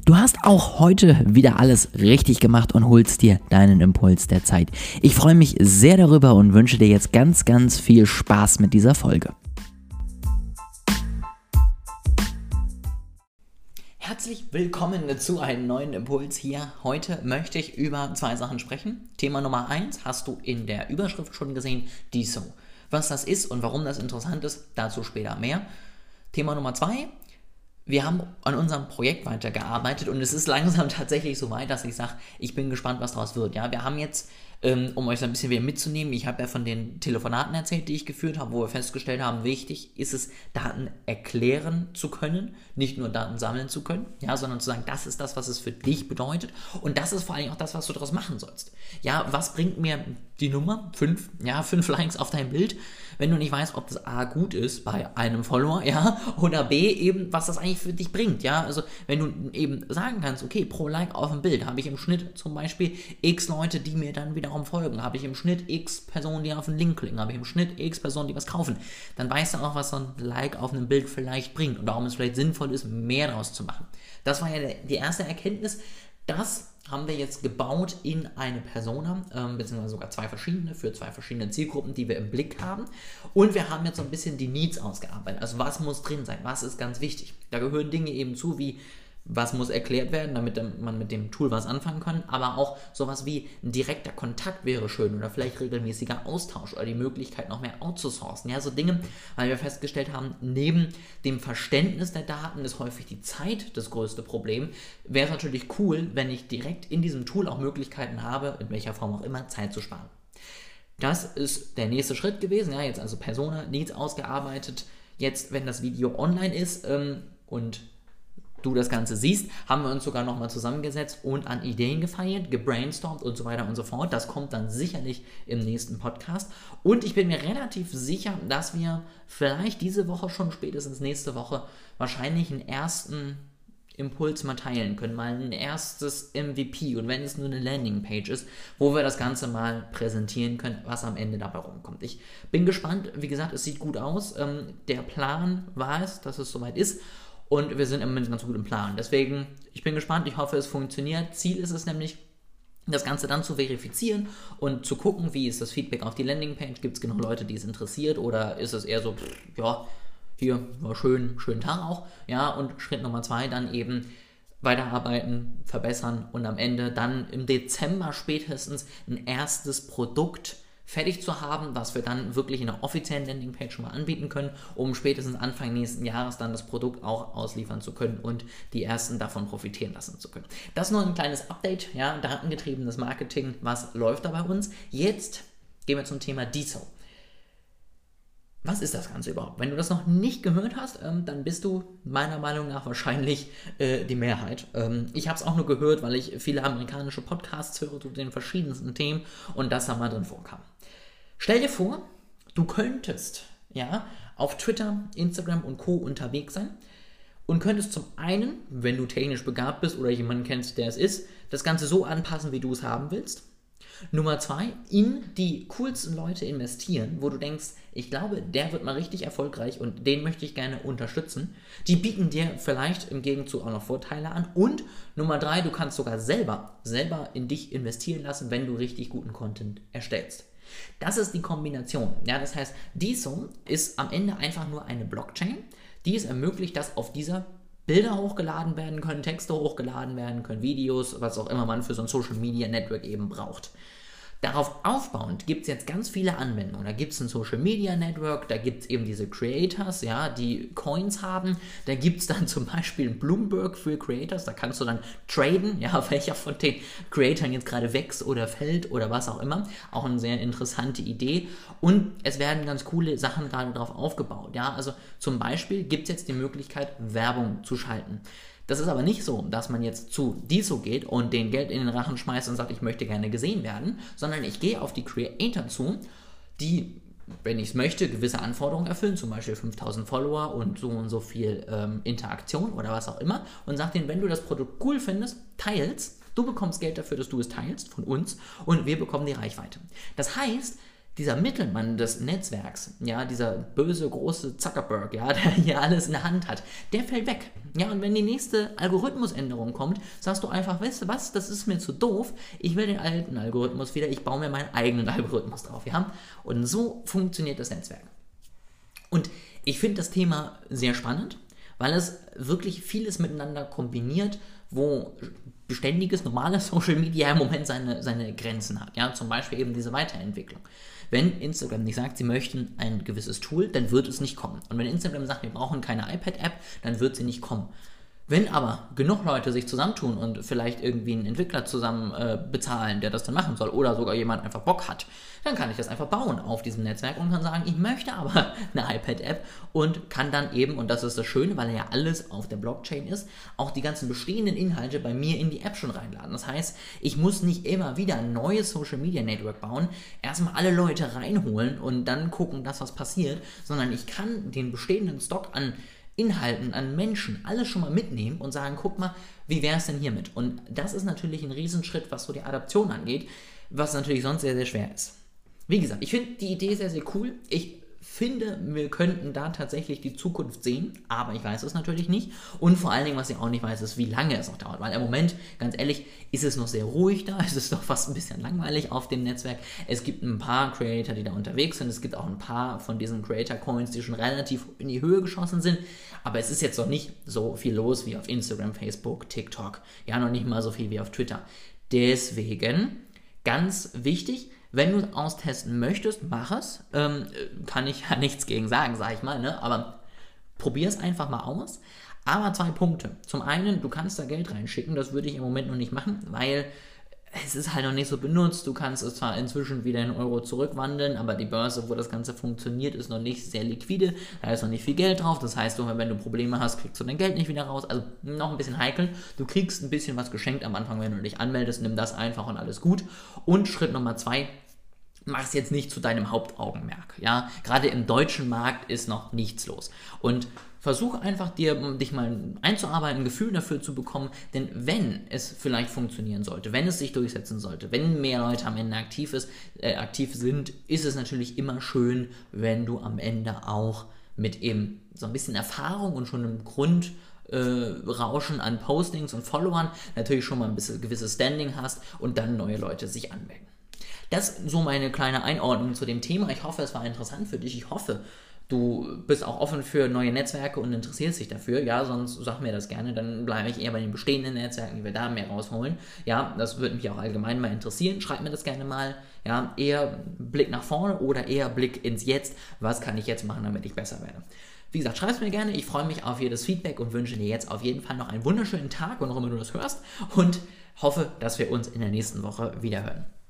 Du hast auch heute wieder alles richtig gemacht und holst dir deinen Impuls der Zeit. Ich freue mich sehr darüber und wünsche dir jetzt ganz, ganz viel Spaß mit dieser Folge. Herzlich willkommen zu einem neuen Impuls hier. Heute möchte ich über zwei Sachen sprechen. Thema Nummer 1 hast du in der Überschrift schon gesehen, DISO. Was das ist und warum das interessant ist, dazu später mehr. Thema Nummer 2, wir haben an unserem Projekt weitergearbeitet und es ist langsam tatsächlich so weit, dass ich sage, ich bin gespannt, was daraus wird. Ja, wir haben jetzt, um euch so ein bisschen wieder mitzunehmen, ich habe ja von den Telefonaten erzählt, die ich geführt habe, wo wir festgestellt haben, wichtig ist es, Daten erklären zu können, nicht nur Daten sammeln zu können, ja, sondern zu sagen, das ist das, was es für dich bedeutet und das ist vor allem auch das, was du daraus machen sollst. Ja, was bringt mir die Nummer 5 Likes auf dein Bild, wenn du nicht weißt, ob das A gut ist bei einem Follower, ja, oder B eben, was das eigentlich für dich bringt, ja, also wenn du eben sagen kannst, okay, pro Like auf dem Bild habe ich im Schnitt zum Beispiel x Leute, die mir dann wiederum folgen, habe ich im Schnitt x Personen, die auf den Link klicken, habe ich im Schnitt x Personen, die was kaufen, dann weißt du auch, was so ein Like auf einem Bild vielleicht bringt und warum es vielleicht sinnvoll ist, mehr daraus zu machen. Das war ja die erste Erkenntnis, das haben wir jetzt gebaut in eine Persona, beziehungsweise sogar zwei verschiedene, für zwei verschiedene Zielgruppen, die wir im Blick haben. Und wir haben jetzt so ein bisschen die Needs ausgearbeitet. Also was muss drin sein, was ist ganz wichtig. Da gehören Dinge eben zu wie, was muss erklärt werden, damit man mit dem Tool was anfangen kann, aber auch sowas wie ein direkter Kontakt wäre schön oder vielleicht regelmäßiger Austausch oder die Möglichkeit noch mehr outzusourcen. Ja, so Dinge, weil wir festgestellt haben, neben dem Verständnis der Daten ist häufig die Zeit das größte Problem. Wäre es natürlich cool, wenn ich direkt in diesem Tool auch Möglichkeiten habe, in welcher Form auch immer, Zeit zu sparen. Das ist der nächste Schritt gewesen, ja, jetzt also Persona, Needs ausgearbeitet. Jetzt, wenn das Video online ist und du das Ganze siehst, haben wir uns sogar nochmal zusammengesetzt und an Ideen gefeilt, gebrainstormt und so weiter und so fort. Das kommt dann sicherlich im nächsten Podcast. Und ich bin mir relativ sicher, dass wir vielleicht diese Woche schon, spätestens nächste Woche, wahrscheinlich einen ersten Impuls mal teilen können, mal ein erstes MVP und wenn es nur eine Landingpage ist, wo wir das Ganze mal präsentieren können, was am Ende dabei rumkommt. Ich bin gespannt, wie gesagt, es sieht gut aus. Der Plan war es, dass es soweit ist. Und wir sind im Moment ganz gut im Plan. Deswegen, ich bin gespannt, ich hoffe, es funktioniert. Ziel ist es nämlich, das Ganze dann zu verifizieren und zu gucken, wie ist das Feedback auf die Landingpage. Gibt es genug Leute, die es interessiert oder ist es eher so, ja, hier war schönen Tag auch. Ja, und Schritt Nummer 2 dann eben weiterarbeiten, verbessern und am Ende dann im Dezember spätestens ein erstes Produkt fertig zu haben, was wir dann wirklich in einer offiziellen Landingpage schon mal anbieten können, um spätestens Anfang nächsten Jahres dann das Produkt auch ausliefern zu können und die ersten davon profitieren lassen zu können. Das ist nur ein kleines Update, ja, datengetriebenes Marketing, was läuft da bei uns. Jetzt gehen wir zum Thema DISO. Was ist das Ganze überhaupt? Wenn du das noch nicht gehört hast, dann bist du meiner Meinung nach wahrscheinlich die Mehrheit. Ich habe es auch nur gehört, weil ich viele amerikanische Podcasts höre zu den verschiedensten Themen und das da mal drin vorkam. Stell dir vor, du könntest ja auf Twitter, Instagram und Co. unterwegs sein und könntest zum einen, wenn du technisch begabt bist oder jemanden kennst, der es ist, das Ganze so anpassen, wie du es haben willst. Nummer 2, in die coolsten Leute investieren, wo du denkst, ich glaube, der wird mal richtig erfolgreich und den möchte ich gerne unterstützen. Die bieten dir vielleicht im Gegenzug auch noch Vorteile an. Und Nummer 3, du kannst sogar selber in dich investieren lassen, wenn du richtig guten Content erstellst. Das ist die Kombination. Ja, das heißt, DISO ist am Ende einfach nur eine Blockchain, die es ermöglicht, dass auf dieser Bilder hochgeladen werden können, Texte hochgeladen werden können, Videos, was auch immer man für so ein Social Media Network eben braucht. Darauf aufbauend gibt es jetzt ganz viele Anwendungen. Da gibt es ein Social Media Network, da gibt es eben diese Creators, ja, die Coins haben. Da gibt es dann zum Beispiel Bloomberg für Creators, da kannst du dann traden, ja, welcher von den Creatoren jetzt gerade wächst oder fällt oder was auch immer. Auch eine sehr interessante Idee. Und es werden ganz coole Sachen gerade darauf aufgebaut. Ja, also zum Beispiel gibt es jetzt die Möglichkeit, Werbung zu schalten. Das ist aber nicht so, dass man jetzt zu DISO geht und den Geld in den Rachen schmeißt und sagt, ich möchte gerne gesehen werden, sondern ich gehe auf die Creator zu, die, wenn ich es möchte, gewisse Anforderungen erfüllen, zum Beispiel 5000 Follower und so viel Interaktion oder was auch immer und sage denen, wenn du das Produkt cool findest, teilst, du bekommst Geld dafür, dass du es teilst von uns und wir bekommen die Reichweite. Das heißt, dieser Mittelmann des Netzwerks, ja, dieser böse, große Zuckerberg, ja, der hier alles in der Hand hat, der fällt weg. Ja, und wenn die nächste Algorithmusänderung kommt, sagst du einfach, weißt du was, das ist mir zu doof, ich will den alten Algorithmus wieder, ich baue mir meinen eigenen Algorithmus drauf, ja. Und so funktioniert das Netzwerk. Und ich finde das Thema sehr spannend, weil es wirklich vieles miteinander kombiniert, wo beständiges, normales Social Media im Moment seine Grenzen hat. Ja? Zum Beispiel eben diese Weiterentwicklung. Wenn Instagram nicht sagt, sie möchten ein gewisses Tool, dann wird es nicht kommen. Und wenn Instagram sagt, wir brauchen keine iPad-App, dann wird sie nicht kommen. Wenn aber genug Leute sich zusammentun und vielleicht irgendwie einen Entwickler zusammen bezahlen, der das dann machen soll, oder sogar jemand einfach Bock hat, dann kann ich das einfach bauen auf diesem Netzwerk und kann sagen, ich möchte aber eine iPad-App und kann dann eben, und das ist das Schöne, weil ja alles auf der Blockchain ist, auch die ganzen bestehenden Inhalte bei mir in die App schon reinladen. Das heißt, ich muss nicht immer wieder ein neues Social-Media-Network bauen, erstmal alle Leute reinholen und dann gucken, dass was passiert, sondern ich kann den bestehenden Stock an Inhalten, an Menschen, alles schon mal mitnehmen und sagen, guck mal, wie wäre es denn hiermit? Und das ist natürlich ein Riesenschritt, was so die Adaption angeht, was natürlich sonst sehr, sehr schwer ist. Wie gesagt, ich finde die Idee sehr, sehr cool. Ich finde, wir könnten da tatsächlich die Zukunft sehen, aber ich weiß es natürlich nicht. Und vor allen Dingen, was ich auch nicht weiß, ist, wie lange es noch dauert. Weil im Moment, ganz ehrlich, ist es noch sehr ruhig da. Es ist doch fast ein bisschen langweilig auf dem Netzwerk. Es gibt ein paar Creator, die da unterwegs sind. Es gibt auch ein paar von diesen Creator-Coins, die schon relativ in die Höhe geschossen sind. Aber es ist jetzt noch nicht so viel los wie auf Instagram, Facebook, TikTok. Ja, noch nicht mal so viel wie auf Twitter. Deswegen, ganz wichtig, wenn du austesten möchtest, mach es. Kann ich ja nichts gegen sagen, sag ich mal, ne? Aber probier es einfach mal aus. Aber 2 Punkte. Zum einen, du kannst da Geld reinschicken, das würde ich im Moment noch nicht machen, weil es ist halt noch nicht so benutzt. Du kannst es zwar inzwischen wieder in Euro zurückwandeln, aber die Börse, wo das Ganze funktioniert, ist noch nicht sehr liquide. Da ist noch nicht viel Geld drauf. Das heißt, wenn du Probleme hast, kriegst du dein Geld nicht wieder raus. Also noch ein bisschen heikel. Du kriegst ein bisschen was geschenkt am Anfang, wenn du dich anmeldest. Nimm das einfach und alles gut. Und Schritt Nummer 2, mach es jetzt nicht zu deinem Hauptaugenmerk. Ja? Gerade im deutschen Markt ist noch nichts los. Und versuch einfach dich mal einzuarbeiten, ein Gefühl dafür zu bekommen, denn wenn es vielleicht funktionieren sollte, wenn es sich durchsetzen sollte, wenn mehr Leute am Ende aktiv sind, ist es natürlich immer schön, wenn du am Ende auch mit eben so ein bisschen Erfahrung und schon einem Grundrauschen an Postings und Followern natürlich schon mal ein bisschen gewisses Standing hast und dann neue Leute sich anmelden. Das ist so meine kleine Einordnung zu dem Thema. Ich hoffe, es war interessant für dich. Ich hoffe, du bist auch offen für neue Netzwerke und interessierst dich dafür. Ja, sonst sag mir das gerne. Dann bleibe ich eher bei den bestehenden Netzwerken, die wir da mehr rausholen. Ja, das würde mich auch allgemein mal interessieren. Schreib mir das gerne mal. Ja, eher Blick nach vorne oder eher Blick ins Jetzt. Was kann ich jetzt machen, damit ich besser werde? Wie gesagt, schreib es mir gerne. Ich freue mich auf jedes Feedback und wünsche dir jetzt auf jeden Fall noch einen wunderschönen Tag, wann auch immer du das hörst. Und hoffe, dass wir uns in der nächsten Woche wiederhören.